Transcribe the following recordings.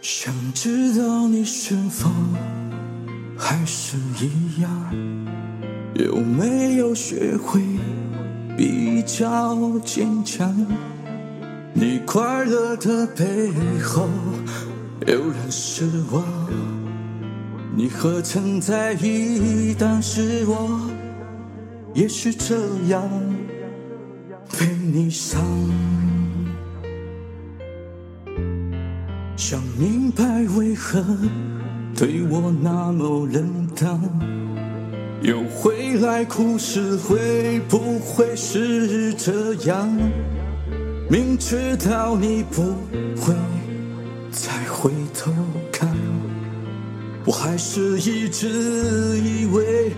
想知道你是否还是一样，有没有学会比较坚强？你快乐的背后有人失望，你何曾在意？但是我也是这样被你伤。想明白为何对我那么冷淡，又回来哭时会不会是这样？明知道你不会再回头看，我还是一直以为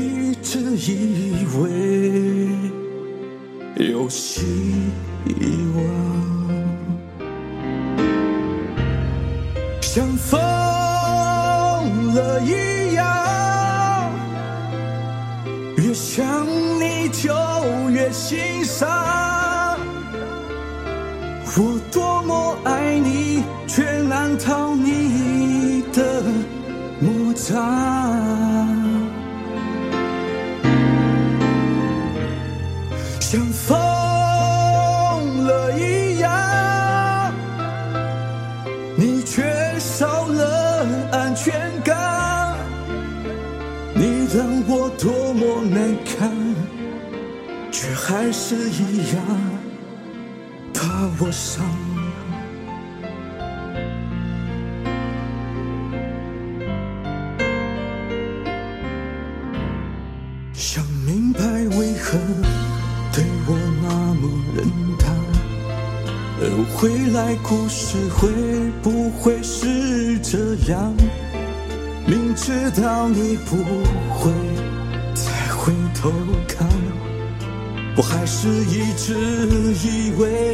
有希望。像疯了一样，越想你就越心伤。我多么爱你，却难逃你的魔掌。像疯了一样，你却少了安全感。你让我多么难堪，却还是一样把我伤。想明白为何对我那么冷淡，而回来故事会不会是这样？明知道你不会再回头看，我还是一直以为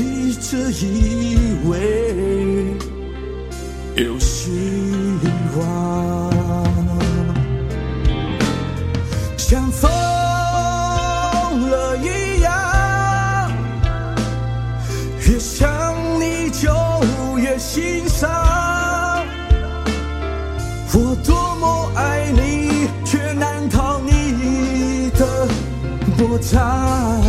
有希望。像疯了一样，越想你就越心伤。我多么爱你，却难逃你的魔掌。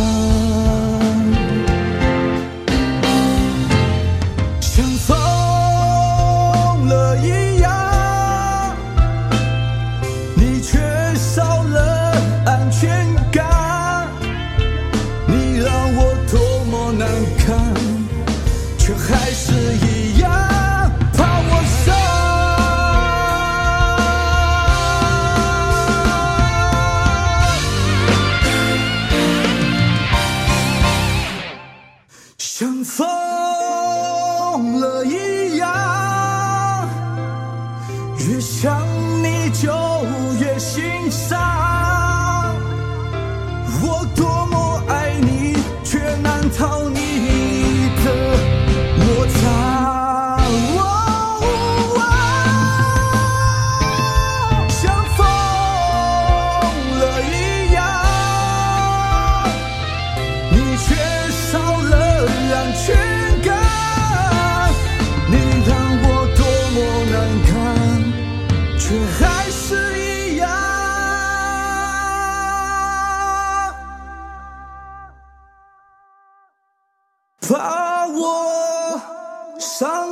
像疯了一样，你却少了安全感。你让我多么难堪，却还是一样把我伤。像疯了一样，越想你就越心伤。我多么爱你，却难逃你的魔掌。像疯了一样，你却少了安全感。你让我多么难堪，却还是一样把我伤。